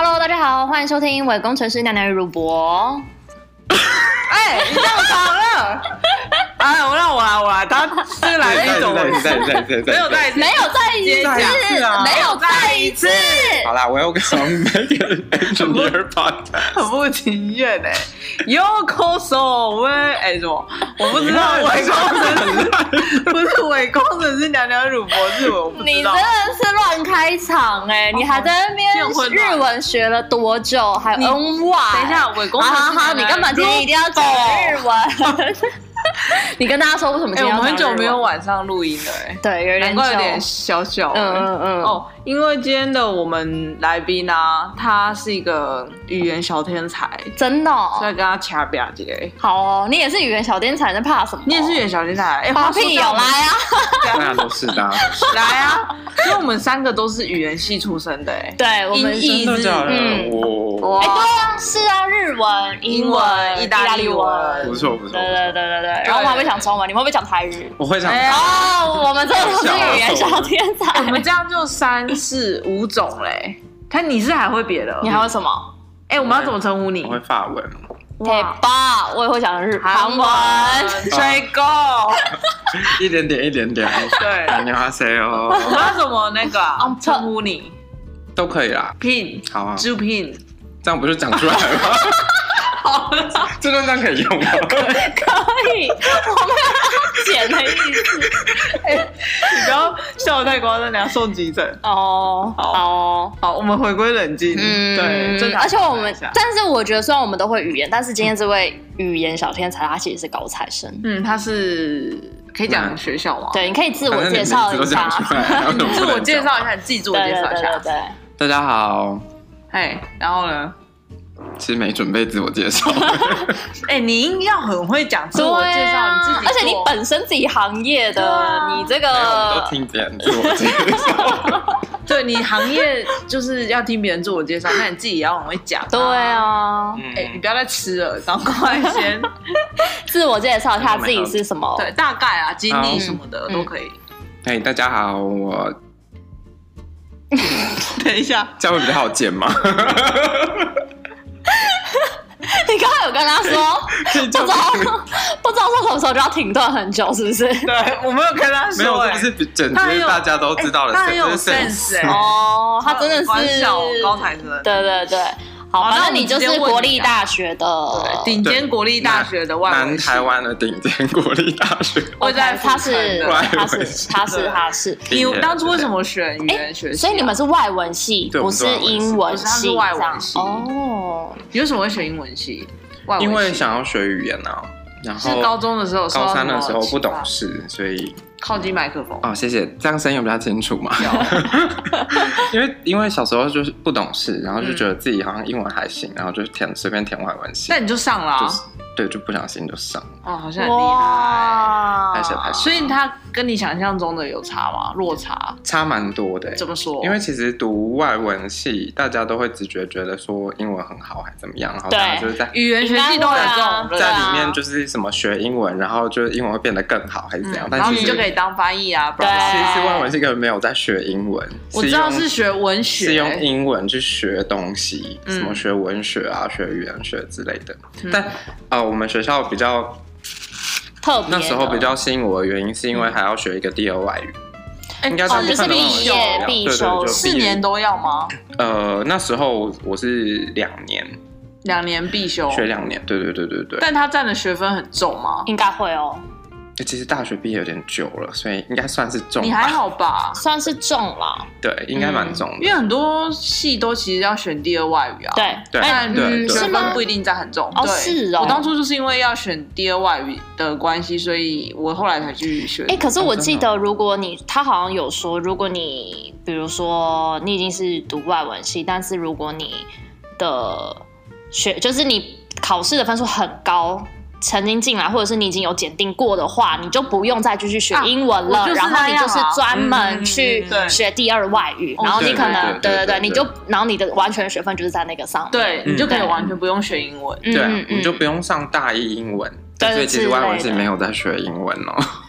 Hello， 大家好，欢迎收听伪工程师娘娘与乳博。 你这样长了。让我来，他这个来宾怎么回事？没有再一次， 没有再一次。 好啦，Welcome back to Engineer Podcast。 很不情愿Yokoso 喂，什么？我不知道伪工程师不是伪工程师娘娘乳博是我不知道。 你真的是乱开场你还在那边日文学了多久？还有 NY。 等一下，伪工程师好，你干嘛今天一定要讲日文？你跟大家说为什么今天要我们很久没有晚上录音了对，有点久， 难怪有点小因为今天的我们来宾啊，他是一个语言小天才， 真的所以跟他掐表几个。 好哦，你也是语言小天才，在怕什么？ 你也是语言小天才， 花屁有来啊！ 大家都是的， 来啊！因为我们三个都是语言系出身的对，我们英真的假的？ 对啊，是啊，日文、英文、意大利文， 不错。 对。然后我还会讲中文，你们会不会讲台语？ 我会讲。 我们真的都是语言小天才。 我们这样就3、4、5种嘞。看你是还会别的？ 你还会什么？ 我们要怎么称呼你？ 我会法文。 对吧？我也会讲韩文。 吹够。 一点点。 对。 안녕하세요。 我们要怎么那个称呼你？ 都可以啦。 拼。 好啊。 就拼。 这样不就讲出来了吗？ 好了， 这段可以用吗？ 可以，我没有要剪的意思。 你不要笑得太夸张，你要送急诊。 好， 我们回归冷静。对， 而且我们，但是我觉得虽然我们都会语言，但是今天这位语言小天才，他其实是高材生。 他是可以讲学校吗？ 对，你可以自我介绍一下。 你自我介绍一下，你自己自我介绍一下。 对。 大家好。 然后呢？ 其实没准备自我介绍。 你应该要很会讲自我介绍，你自己， 而且你本身自己行业的，你这个我都听别人自我介绍。 对，你行业就是要听别人自我介绍，那你自己也要很会讲。 对啊。 你不要再吃了，赶快先自我介绍一下自己是什么， 对，大概啊，经历什么的都可以。 大家好，我。 等一下， 这样会比较好剪吗？ 你刚刚有跟他说，不知道说什么时候就要停顿很久，是不是？ 对，我没有跟他说， 没有，这不是整只大家都知道的， 他很有 sense 他真的是高材生， 对。好，反正你就是国立大学的顶尖国立大学的外文系， 南台湾的顶尖国立大学。 他是。 你当初为什么选语言学系？ 所以你们是外文系，不是英文系。 是外文系你为什么会选英文系？ 因为想要学语言啊。然后是高中的时候， 高3的时候不懂事，所以靠近麦克风。 谢谢，这样声音比较清楚嘛。因为小时候就是不懂事，然后就觉得自己好像英文还行，然后就随便填外文系。 那你就上了对，就不小心就上了。 好像很厉害。 太谢。 所以他跟你想象中的有差吗？落差？ 差蛮多的。 怎么说？ 因为其实读外文系，大家都会直觉觉得说英文很好，还怎么样，然后大家就是在语言学系都有这种， 在里面就是什么学英文，然后就是英文会变得更好，还是怎样？ 然后你就可以当翻译啊。 对， 其实外文系根本没有在学英文， 我知道是学文学， 是用英文去学东西，什么学文学啊、学语言学之类的。但我们学校比较特别， 那时候比较吸引我的原因，是因为还要学一个第二外语。应该就是必修 ，4年都要吗？ 那时候我是2年 ，2年必修， 学2年，对。 但他占的学分很重吗？ 应该会哦。 其实大学毕业有点久了，所以应该算是重。 你还好吧？ 算是重啦。 对，应该蛮重的。 因为很多系都其实要选第二外语啊。 对， 但学分不一定占很重。 是哦。 我当初就是因为要选第二外语的关系，所以我后来才去学。 可是我记得，如果他好像有说，如果你比如说你已经是读外文系，但是如果你的就是你考试的分数很高。曾经进来，或者是你已经有检定过的话，你就不用再继续学英文了，然后你就是专门去学第二外语，然后你可能对，你就然后你的完全学分就是在那个上面， 对你就可以完全不用学英文， 对，你就不用上大一英文，所以其实外文系没有在学英文哦。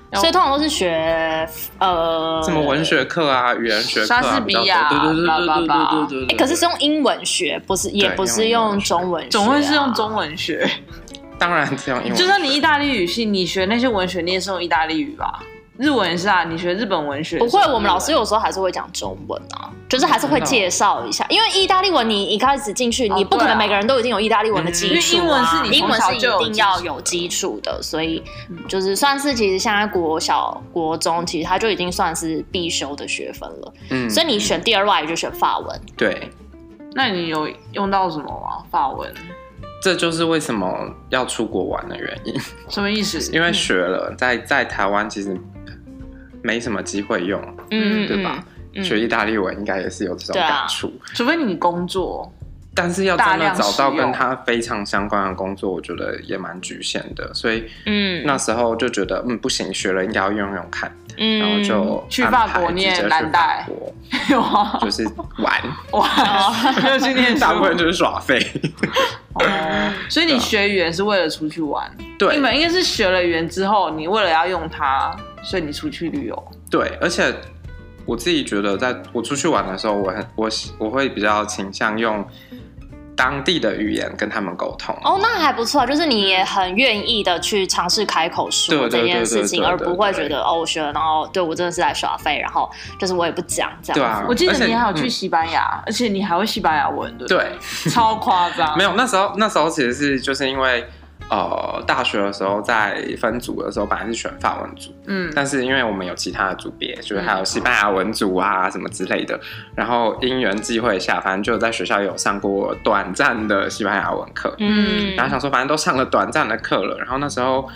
所以通常都是学什么文学课啊、语言学课啊， 莎士比亚， 对。 可是是用英文学，也不是用中文学， 总会是用中文学。 当然是用英文。 就算你意大利语系，你学那些文学，你也是用意大利语吧？日文也是啊，你学日本文学不会，我们老师有时候还是会讲中文啊，就是还是会介绍一下，因为意大利文你一开始进去，你不可能每个人都已经有意大利文的基础啊， 因为英文是一定要有基础的，所以就是算是其实现在国小、国中，其实它就已经算是必修的学分了。所以你选第二外语就选法文。 对， 那你有用到什么吗？法文？ 这就是为什么要出国玩的原因。 什么意思？ 因为学了，在台湾其实没什么机会用，对吧？学意大利文应该也是有这种感触， 除非你工作。 但是要真的找到跟他非常相关的工作，我觉得也蛮局限的，所以那时候就觉得不行，学了应该要用用看，然后就去法国念蓝带， 有啊，就是玩， 就去念书， 大部分就是耍废。 所以你学语言是为了出去玩？ 对， 你们应该是学了语言之后，你为了要用它，所以你出去旅游。 对，而且我自己觉得，在我出去玩的时候，我会比较倾向用当地的语言跟他们沟通。 那还不错，就是你也很愿意的去尝试开口说这件事情，而不会觉得我学了，然后对我真的是来耍废，然后就是我也不讲这样。 对啊， 我记得你还有去西班牙，而且你还会西班牙文，对不对？ 对， 超夸张。 没有，那时候其实是就是因为。大学的时候在分组的时候，本来是选法文组，但是因为我们有其他的组别，就是还有西班牙文组啊什么之类的，然后因缘际会下，反正就在学校有上过短暂的西班牙文课，然后想说反正都上了短暂的课了，然后那时候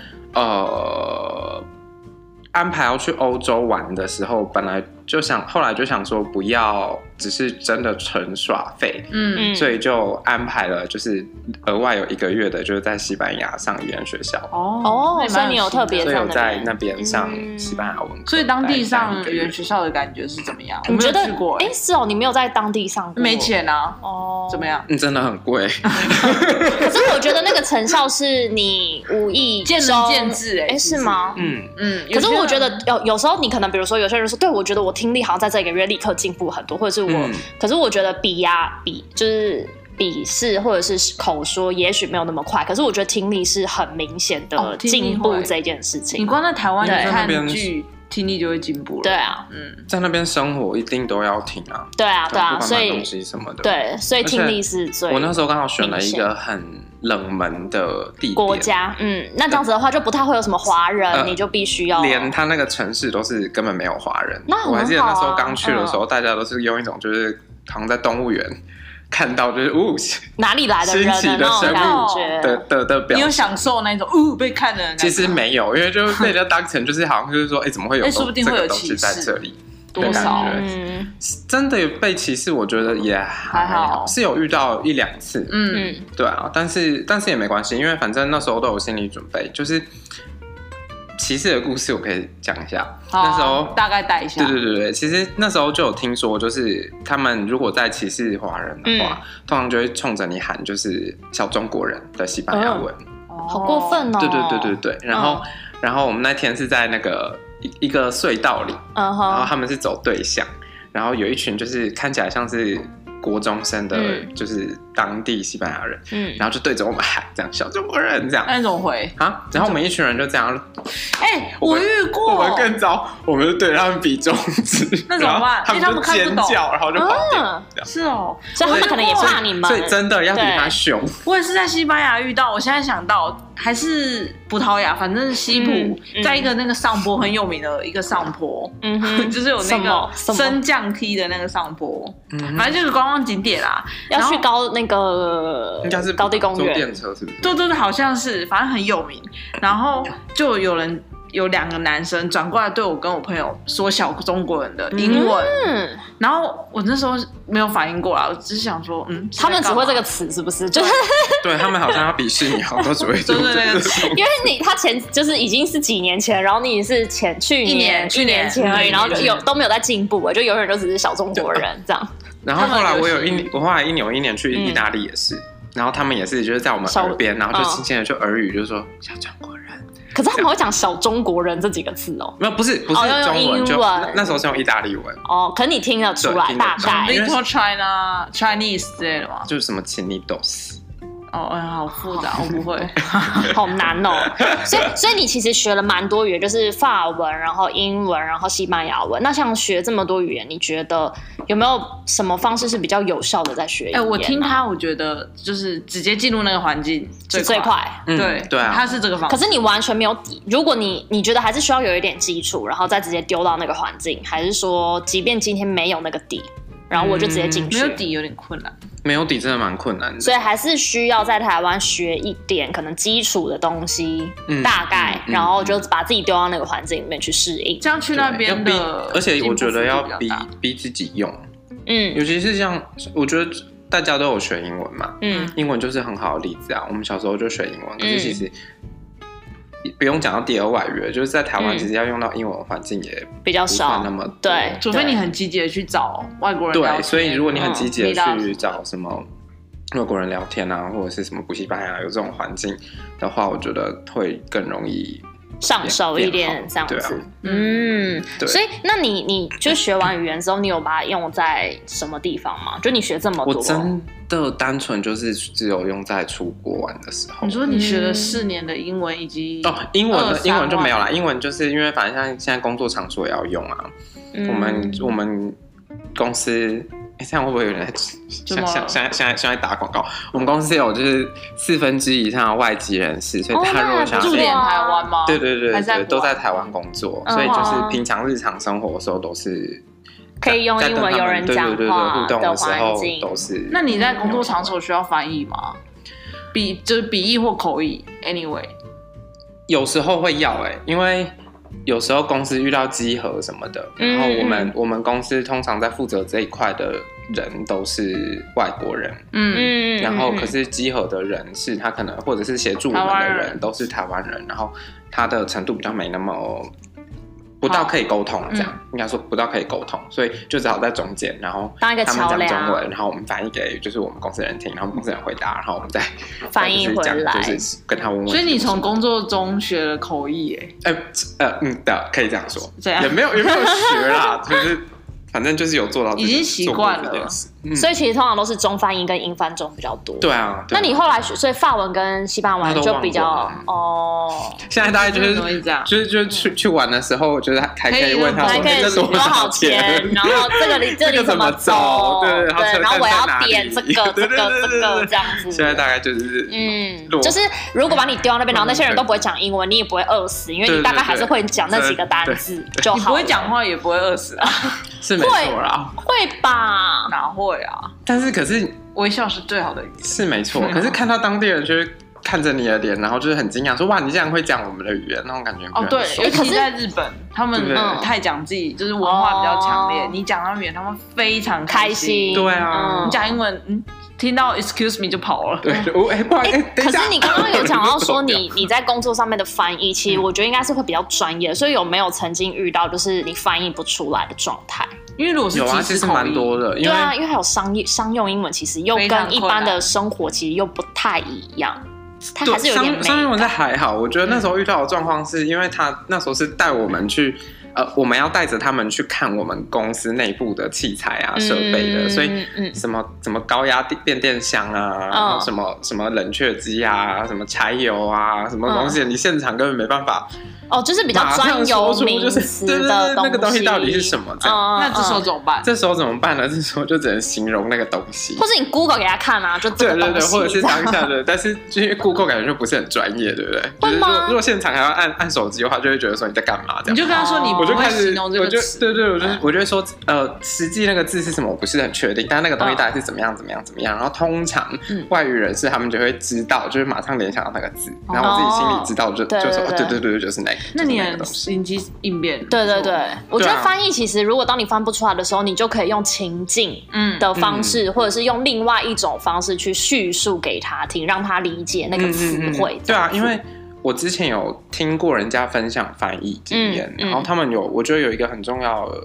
安排要去欧洲玩的时候，后来就想说不要只是真的纯耍废，所以就安排了就是额外有1个月的，就是在西班牙上语言学校。 所以你有特别所以有在那边上西班牙文课。 所以当地上语言学校的感觉是怎么样？ 你觉得？ 去过？ 是你没有在当地上过？ 没钱啊。怎么样？ 真的很贵。 可是我觉得那个成效是你无意见仁见智， 是吗？可是我觉得有时候你可能比如说有些人说，对，我觉得我听力好像在这1个月立刻进步很多，或者是可是我觉得就是笔试或者是口说也许没有那么快，可是我觉得听力是很明显的进步这件事情。 你光在台湾你看剧听力就会进步了。 对啊， 在那边生活一定都要听啊。 对啊，所以东西什么的。 对，所以听力是最。 我那时候刚好选了一个很冷门的地点国家，那这样子的话就不太会有什么华人，你就必须要连他那个城市都是根本没有华人。 那我还记得那时候刚去的时候，大家都是用一种就是好像在动物园看到就是哪里来的人的那种感觉的表情。 你有享受那种被看的人？ 其实没有，因为就被人家当成就是好像就是说，怎么会有说不定会有这个东西在这里？ 多少？ 真的有被歧视，我觉得也还好，是有遇到1、2次。对啊，但是也没关系，因为反正那时候都有心理准备，就是歧视的故事我可以讲一下。那时候大概带一下。 对，其实那时候就有听说，就是他们如果在歧视华人的话，通常就会冲着你喊就是小中国人的西班牙文， 好过分哦。 对，然后我们那天是在那个一个隧道里，然后他们是走对向，然后有一群就是看起来像是国中生的，就是当地西班牙人，然后就对着我们喊这样，小中国人这样。 那种回啊？然后我们一群人就这样， 我遇过， 我们更糟，我们就对他们比中指， 那怎么办？ 他们就尖叫，然后就跑掉。 是哦， 所以他们可能也怕你们， 所以真的要比他凶。 我也是在西班牙遇到，我现在想到还是葡萄牙，反正是西葡，在一个那个上坡很有名的一个上坡，就是有那个升降梯的那个上坡，反正就是观光景点啦。 要去那个应该是高地公园， 电车是不是？ 对，好像是，反正很有名。然后就有2个男生转过来对我跟我朋友说小中国人的英文，然后我那时候没有反应过来，我只是想说， 他们只会这个词是不是？就是对他们好像要鄙视你，好像都只会这个词。 因为他就是已经是几年前，然后你是去年前而已，然后都没有在进步，就永远都只是小中国人这样。 然后后来我后来一年去意大利也是，然后他们也是就是在我们耳边，然后就轻轻的就耳语，就说小中国人。 可是他们会讲小中国人这几个字哦。 没有，不是中文，就那时候是用意大利文。 哦，可是你听得出来大概。 Little China Chinese 之类的吗？ 就是什么请你dos。 哦，好复杂，我不会， 好难哦。所以你其实学了蛮多语言，就是法文，然后英文，然后西班牙文。那像学这么多语言，你觉得有没有什么方式是比较有效的在学语言？ 我听他，我觉得就是直接进入那个环境最快。 对啊，他是这个方式。 可是你完全没有底，如果你觉得还是需要有一点基础，然后再直接丢到那个环境，还是说，即便今天没有那个底，然后我就直接进去？ 没有底有点困难。 没有底真的蛮困难的， 所以还是需要在台湾学一点可能基础的东西，大概，然后就把自己丢到那个环境里面去适应。 这样去那边的， 而且我觉得要逼自己用，尤其是像我觉得大家都有学英文嘛，英文就是很好的例子啊。我们小时候就学英文，可是其实不用讲到第二外语，就是在台湾其实要用到英文环境也比较少， 那么对， 除非你很积极的去找外国人聊天。 对，所以如果你很积极的去找什么外国人聊天啊，或者是什么补习班啊，有这种环境的话，我觉得会更容易上手一点这样子。所以那你就学完语言之后，你有把它用在什么地方吗？就你学这么多， 我真的单纯就是只有用在出国玩的时候。 你说你学了4年的英文以及英文就没有啦，英文就是因为反正像现在工作场所也要用啊。我们公司。这样会不会有人现在打广告？我们公司有就是1/4以上的外籍人士，所以他如果想要驻点台湾吗？ 对，都在台湾工作，所以就是平常日常生活的时候都是可以用英文有人讲话互动的时候都是。 那你在工作场所需要翻译吗？就是笔译或口译 ，anyway， 有时候会要因为。有时候公司遇到稽核什么的，然后我们公司通常在负责这一块的人都是外国人，然后可是稽核的人是他可能或者是协助我们的人都是台湾人，然后他的程度比较没那么不到可以沟通，这样应该说不到可以沟通，所以就只好在中间，然后当一个桥梁， 他们讲中文，然后我们翻译给就是我们公司人听，然后我们公司人回答，然后我们再翻译回来， 就是跟他问问题。 所以你从工作中学了口译可以这样说，也没有学啦，就是反正就是有做到， 已经习惯了。 所以其实通常都是中翻英跟英翻中比较多。 对啊。 那你后来所以法文跟西班牙文就比较现在大概就是去玩的时候，我觉得还可以问他说这多少钱， 然后这里怎么走， 对， 然后我要点这个这样子。 现在大概就是就是如果把你丢到那边，然后那些人都不会讲英文，你也不会饿死，因为你大概还是会讲那几个单字就好。 你不会讲话也不会饿死啊。 是没错啦。 会吧？ 哪会啊？ 但是可是微笑是最好的语言， 是没错。可是看到当地人就会看着你的脸，然后就是很惊讶，说哇，你竟然会讲我们的语言，那种感觉。 对，尤其在日本，他们太讲自己，就是文化比较强烈。你讲他们语言，他们非常开心。 对啊， 你讲英文，听到 excuse me 就跑了。 对，不好意思。 可是你刚刚有讲到说你在工作上面的翻译，其实我觉得应该是会比较专业，所以有没有曾经遇到就是你翻译不出来的状态？ 因为如果是有啊，其实蛮多的。 对啊，因为还有商用英文，其实又跟一般的生活其实又不太一样。它还是有点商用文还好，我觉得那时候遇到的状况是因为他那时候是带我们去，我们要带着他们去看我们公司内部的器材啊、设备的，所以什么高压变电箱啊，然后什么冷却机啊，什么柴油啊，什么东西，你现场根本没办法。 就是比较专有名词的那个东西到底是什么？ 那这时候怎么办？ 这时候怎么办呢？这时候就只能形容那个东西， 或是你 Google 给他看啊，就这个东西， 或者是当下的，但是因为 Google 感觉就不是很专业，对不对？就是如果现场还要按手机的话，就会觉得说你在干嘛？ 你就跟他说你不会形容这个词， 对，我就会说实际那个字是什么，我不是很确定，但那个东西大概是怎么样，然后通常外语人士他们就会知道，就是马上联想到那个字，然后我自己心里知道就说对，就是那个。 那你很临机应变。 对，我觉得翻译其实如果当你翻不出来的时候，你就可以用情境的方式，或者是用另外一种方式去叙述给他听，让他理解那个词汇。 对啊，因为我之前有听过人家分享翻译经验，然后他们我觉得有一个很重要的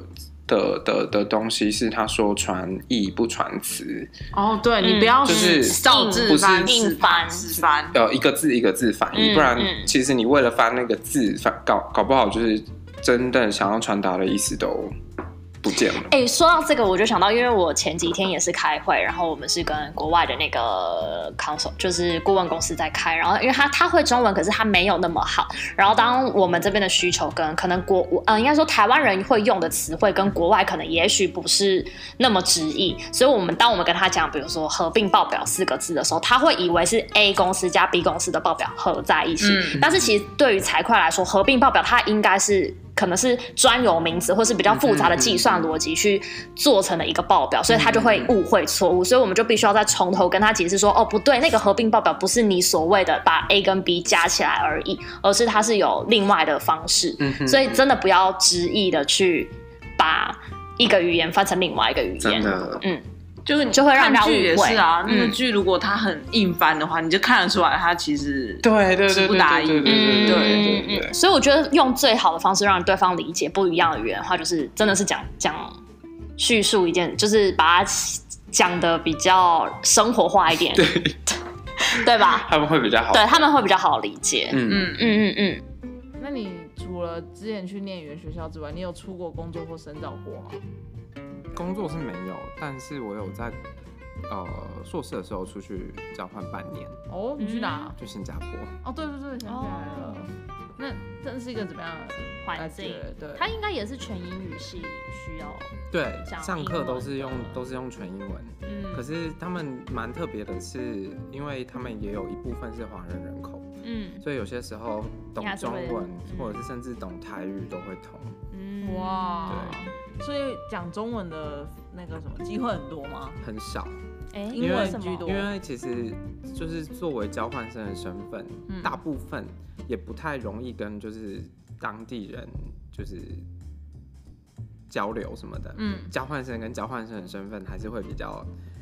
的东西是他说传译不传词。 哦，对，你不要就是照字翻、 硬翻、 一个字一个字翻译，不然其实你为了翻那个字搞不好就是真的想要传达的意思都不见了。 说到这个，我就想到，因为我前几天也是开会，然后我们是跟国外的那个 counsel， 就是顾问公司在开，然后因为他会中文，可是他没有那么好。然后当我们这边的需求跟可能应该说台湾人会用的词汇跟国外可能也许不是那么直译，所以当我们跟他讲，比如说合并报表4个字的时候，他会以为是 A 公司加 B 公司的报表合在一起，但是其实对于财会来说，合并报表它应该是可能是专有名词或是比较复杂的计算逻辑去做成的一个报表，所以他就会误会错误，所以我们就必须要再从头跟他解释说，哦，不对，那个合并报表不是你所谓的把 A 跟 B 加起来而已，而是它是有另外的方式，所以真的不要直译的去把一个语言翻成另外一个语言， 真的， 就会让人误会。 也是啊，那个剧如果它很硬翻的话，你就看得出来它其实对不达意。 对， 所以我觉得用最好的方式让对方理解不一样的语言的话，就是真的是讲叙述一件，就是把它讲的比较生活化一点，对吧？ 他们会比较好， 对，他们会比较好理解。 那你除了之前去念语言学校之外，你有出国工作或深造过吗？ 工作是没有，但是我有在硕士的时候出去交换半年。 哦，你去哪？ 去新加坡。 哦，对，想起来了。那这是一个怎么样的环境？ 对， 它应该也是全英语系需要。 对，上课都是用全英文。可是他们蛮特别的是，因为他们也有一部分是华人人口。所以有些时候懂中文，或者是甚至懂台语都会通。 哇，对，所以讲中文的那个什么机会很多吗？ 很少， 英文居多。 因为其实就是作为交换生的身份，大部分也不太容易跟就是当地人就是交流什么的。交换生跟交换生的身份还是会比较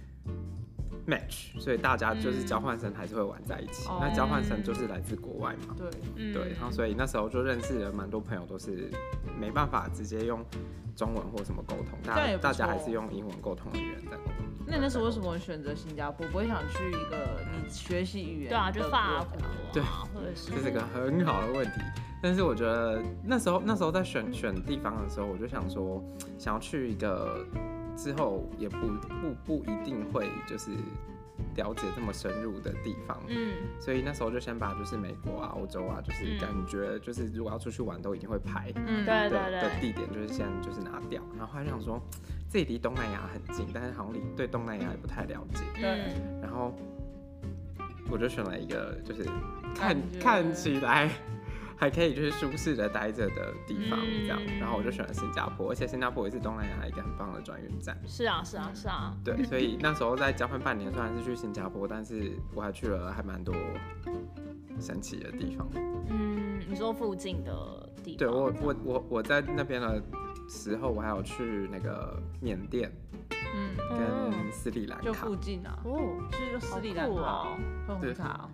match， 所以大家就是交换生还是会玩在一起。那交换生就是来自国外嘛，对，然后所以那时候就认识了蛮多朋友，都是没办法直接用中文或什么沟通，大家还是用英文沟通的语言在沟通。 那你那时候为什么选择新加坡？不会想去一个你学习语言？ 对啊，就法国啊， 对， 或者是这是个很好的问题。但是我觉得那时候在选地方的时候，我就想说，想要去一个之后也不一定会就是了解这么深入的地方，所以那时候就先把就是美国啊、欧洲啊，就是感觉就是如果要出去玩都一定会排的地点，就是先就是拿掉。然后还想说自己离东南亚很近，但是好像对东南亚也不太了解，然后我就选了一个就是看起来还可以就是舒适的待着的地方，这样，然后我就选了新加坡，而且新加坡也是东南亚一个很棒的转运站。 是啊。 对，所以那时候在交换半年，虽然是去新加坡，但是我还去了还蛮多神奇的地方。 你说附近的地方？ 对，我在那边的时候，我还有去那个缅甸，跟斯里兰卡， 就附近啊。去斯里兰卡喝红茶。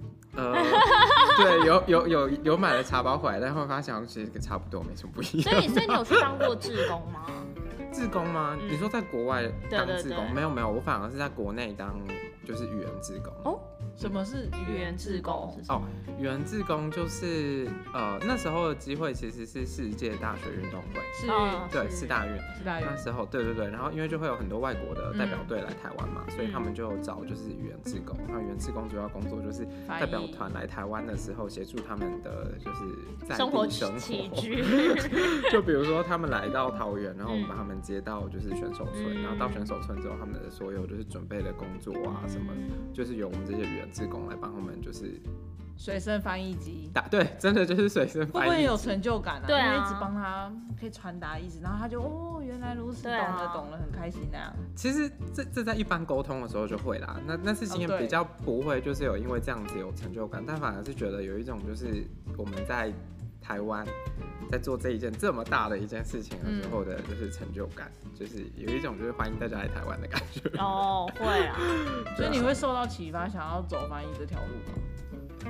对，有买了茶包回来，但后来发现其实差不多，没什么不一样。 所以你有去当过志工吗？ 志工吗？你说在国外当志工？没有，我反而是在国内当就是语言志工。 什么是语言志工？ 语言志工就是那时候的机会其实是世界大学运动会，对，世大运那时候，对，然后因为就会有很多外国的代表队来台湾嘛，所以他们就找就是语言志工。然后语言志工主要工作就是代表团来台湾的时候，协助他们的就是在地生活起居。就比如说他们来到桃园，然后我们把他们接到就是选手村，然后到选手村之后，他们的所有就是准备的工作啊什么，就是由我们这些语言志工来帮他们就是随身翻译机， 对，真的就是随身翻译机，会不会有成就感啊？ 对啊， 因为一直帮他可以传达意思，然后他就原来如此，懂了，很开心那样。其实这在一般沟通的时候就会啦，那是经验比较不会，就是有因为这样子有成就感，但反而是觉得有一种就是我们在台湾在做这一件这么大的一件事情的时候的就是成就感，就是有一种就是欢迎大家来台湾的感觉。 会啊， 所以你会受到启发，想要走翻译这条路吗？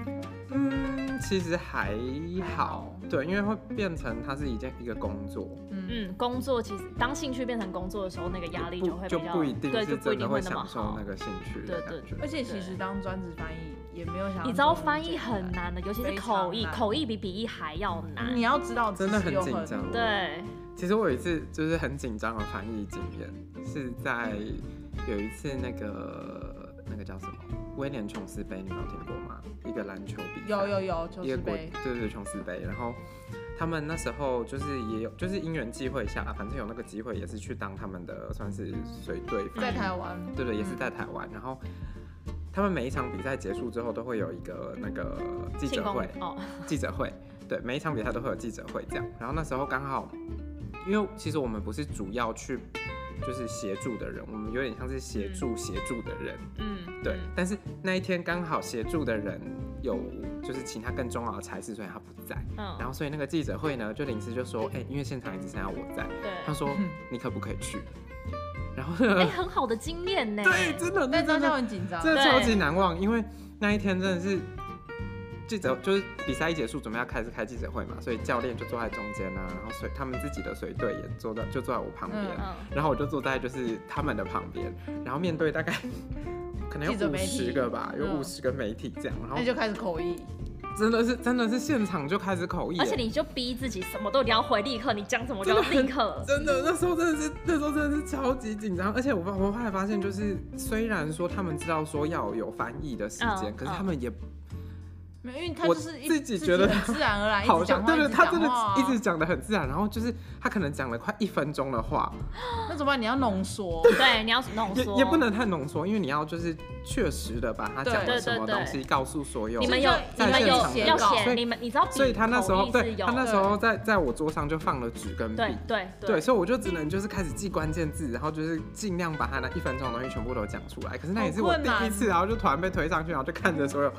其实还好，对，因为会变成它是一个工作。 工作其实当兴趣变成工作的时候，那个压力就会比较不一定是真的会享受那个兴趣的感觉。 而且其实当专职翻译也没有想， 你知道翻译很难的，尤其是口译，口译比笔译还要难。 你要知道， 真的很紧张。 对， 其实我有一次就是很紧张的翻译经验，是在有一次那个叫什么威廉琼斯杯，你有听过吗？一个篮球比赛， 有琼斯杯， 对琼斯杯。然后他们那时候就是也有，就是因缘际会下，反正有那个机会也是去当他们的算是随队， 在台湾， 对，也是在台湾。然后他们每一场比赛结束之后都会有一个那个记者会，对，每一场比赛都会有记者会这样。然后那时候刚好，因为其实我们不是主要去就是协助的人，我们有点像是协助的人，对。但是那一天刚好协助的人有就是其他更重要的差事，所以他不在。然后所以那个记者会呢，就临时就说，因为现场也只剩下我在，他说你可不可以去？然后很好的经验呢。 对，真的， 但当下很紧张， 真的超级难忘，因为那一天真的是。记者就是比赛一结束，准备要开始开记者会嘛，所以教练就坐在中间啊，然后他们自己的随队也坐在我旁边，然后我就坐在就是他们的旁边，然后面对大概可能有50个吧，有50个媒体这样，然后那就开始口译， 真的是现场就开始口译， 而且你就逼自己什么都一定要回，立刻你讲什么就要立刻， 真的那时候真的是超级紧张，而且我后来发现就是虽然说他们知道说要有翻译的时间，可是他们也。 因为他就是自己觉得很自然而然， 好像对，他真的一直讲的很自然，然后就是他可能讲了快1分钟的话， 那怎么办？你要浓缩， 对，你要浓缩， 也不能太浓缩，因为你要就是确实的把他讲的什么东西告诉所有。 你们有要写，你知道， 所以他那时候在我桌上就放了纸跟笔，对，所以我就只能就是开始记关键字，然后就是尽量把他那1分钟的东西全部都讲出来。可是那也是我第一次，然后就突然被推上去，然后就看着所有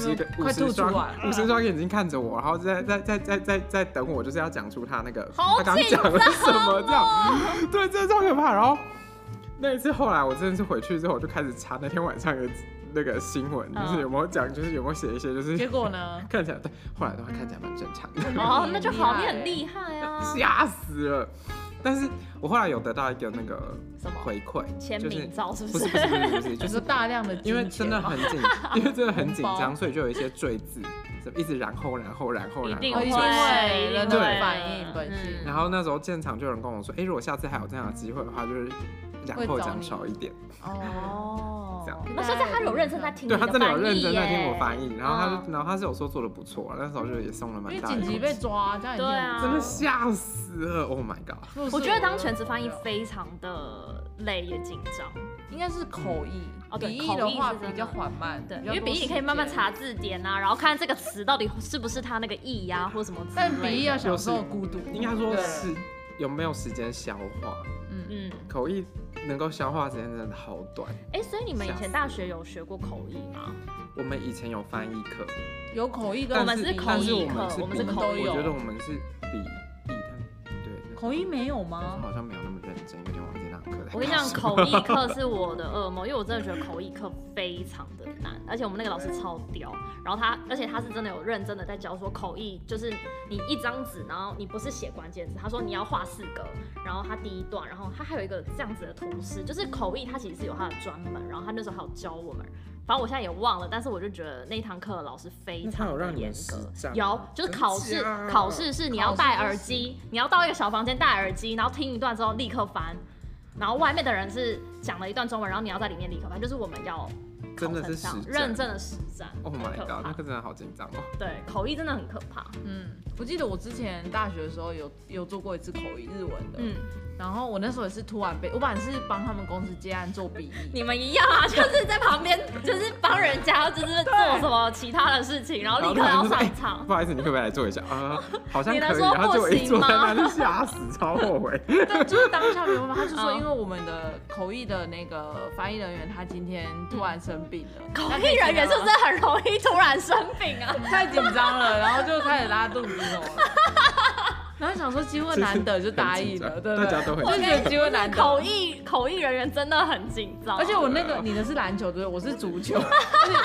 50双眼睛看着我，然后在等我，就是要讲出他那个他刚讲了什么这样，对，真的超可怕。然后那一次后来我真的是回去之后，我就开始查那天晚上的那个新闻，就是有没有讲，就是有没有写一些，就是结果呢， 看起来对，后来都看起来蛮正常的。 那就好，你很厉害啊， 吓死了。但是我后来有得到一个那个回馈， 签名照是不是？不是，就是大量的， 因为真的很紧张，所以就有一些赘字，一直然后， 一定会人的反应本性。 然后那时候现场就有人跟我说，如果下次还有这样的机会的话，就是然后讲少一点。这样。 那所以他有认真在听， 对他真的有认真在听我翻译，然后他是有说做的不错，那时候就也松了蛮大的。 因为紧急被抓，这样对啊， 真的吓死了 ！Oh my god！ 我觉得当全职翻译非常的累也紧张， 应该是口译笔译的话比较缓慢， 对，因为笔译你可以慢慢查字典啊，然后看这个词到底是不是他那个意呀，或什么。 但笔译要享受孤独， 应该说是有没有时间消化。口译能够消化时间真的好短。 所以你们以前大学有学过口译吗？ 我们以前有翻译课， 有口译跟我们是口译课，我们是口译。 我觉得我们是笔译，但对口译没有吗？ 好像没有那么认真，有点忘记那堂课。 我跟你讲，口译课是我的噩梦，因为我真的觉得口译课非常的难，而且我们那个老师超屌，然后而且他是真的有认真的在教说口译，就是你一张纸，然后你不是写关键字，他说你要画4格，然后他第一段，然后他还有一个这样子的图示，就是口译他其实是有他的专门，然后他那时候还有教我们。反正我现在也忘了，但是我就觉得那一堂课的老师非常的严格。有，就是考试是你要戴耳机，你要到一个小房间戴耳机，然后听一段之后立刻翻，然后外面的人是讲了一段中文，然后你要在里面立刻翻，就是我们要真的是认真的实战。 Oh my god， 那个真的好紧张哦。 对，口译真的很可怕。 我记得我之前大学的时候有做过一次口译日文的。然后我那时候也是突然我本来是帮他们公司接案做笔译， 你们一样啊，就是在旁边就是帮人家就是做什么其他的事情，然后立刻要上场。 不好意思，你可不可以来做一下啊？好像可以。 然后就我一坐在那里吓死，超后悔。 对，就是当下没办法，他就说因为我们的口译的那个翻译人员他今天突然生病了。 口译人员是不是很容易突然生病啊？ 太紧张了，然后就开始拉肚子什么了。然后想说机会难得就答应了，对不对？ 大家都很就觉得机会难得。 口译人员真的很紧张， 而且我那个你的是篮球对不对？我是足球，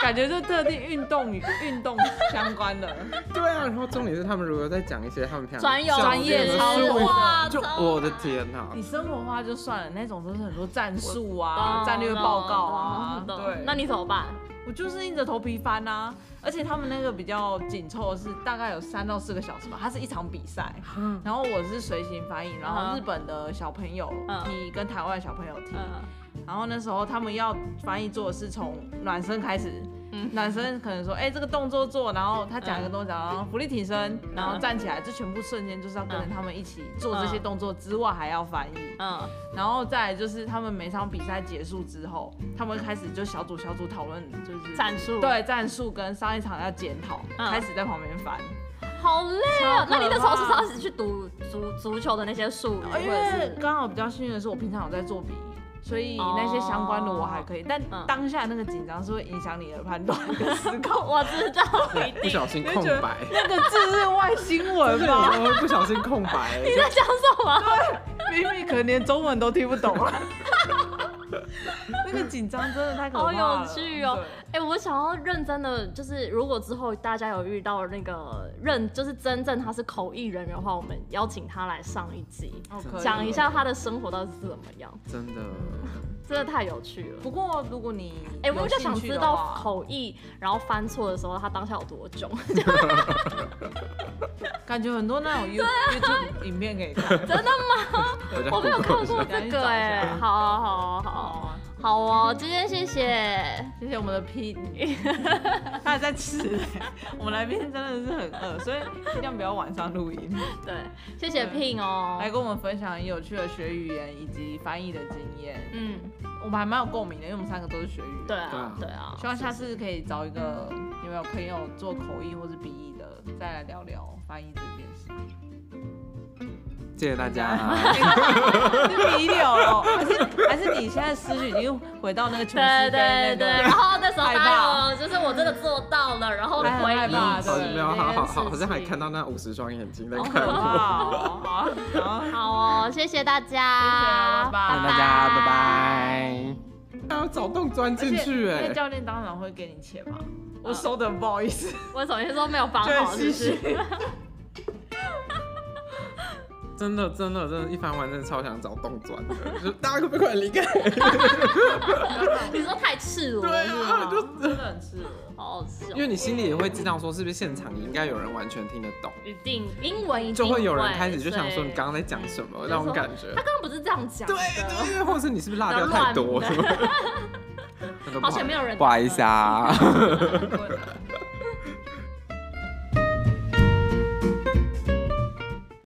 感觉就特定运动相关的。 对啊，然后重点是他们如果在讲一些他们平常专业操作哇， 就我的天哪！ 你生活化就算了，那种都是很多战术啊、战略报告啊。对， 那你怎么办？ 我就是硬着头皮翻啊，而且他们那个比较紧凑的是大概有3到4个小时吧，它是一场比赛，然后我是随行翻译，然后日本的小朋友踢跟台湾的小朋友踢，然后那时候他们要翻译做的是从暖身开始。男生可能说，这个动作做，然后他讲一个动作，然后浮力挺身，然后站起来，这全部瞬间就是要跟着他们一起做这些动作之外，还要翻译。然后再来就是他们每场比赛结束之后，他们开始就小组讨论，就是战术， 对战术跟上一场要检讨，开始在旁边翻。 好累啊！那你那时候是开始去读足球的那些术语， 因为刚好比较幸运的是，我平常有在做笔译。所以那些相关的我还可以，但当下那个紧张是会影响你的判断跟思考。 我知道， 不小心空白， 那个字是外新闻吗？ 我会不小心空白。 你在讲什么？ 对，明明可能连中文都听不懂了。那个紧张真的太可怕了， 好有趣哦！我想要认真的，就是如果之后大家有遇到那个就是真正他是口译人员的话，我们邀请他来上一集，讲一下他的生活到底是怎么样。真的太有趣了。 不过如果你我就想知道口译，然后翻错的时候，他当下有多囧。 感觉很多那种 YouTube 影片可以看。 真的吗？我没有看过这个好哦，今天谢谢我们的 P， 他还在吃。我们来宾真的是很饿，所以尽量不要晚上录音。 对，谢谢 Pin 哦， 来跟我们分享很有趣的学语言以及翻译的经验。我们还蛮有共鸣的，因为我们3个都是学语言。 对啊。 希望下次可以找一个有没有朋友做口译或是笔译的，再来聊聊翻译这件事。 谢谢大家。 是弥留了，还是你现在思绪已经回到那个琼斯杯对，然后那时候还有就是我真的做到了，然后回忆没有好像还看到那50双眼睛在看我。 好哦，谢谢大家， 谢谢，拜拜，大家拜拜。要找洞钻进去那教练当然会给你钱嘛，我收的不好意思。 我首先说没有绑好，是不是？ 真的，一翻完真的超想找洞钻的，就大家可不可以离开？ 你说太赤裸， 对啊，就真的很赤裸， 好好笑。 因为你心里也会知道说，是不是现场应该有人完全听得懂？ 一定，英文一定就会有人开始就想说你刚刚在讲什么那种感觉。 他刚刚不是这样讲的， 对，或者是你是不是落掉太多？ 好险没有人， 不好意思啊。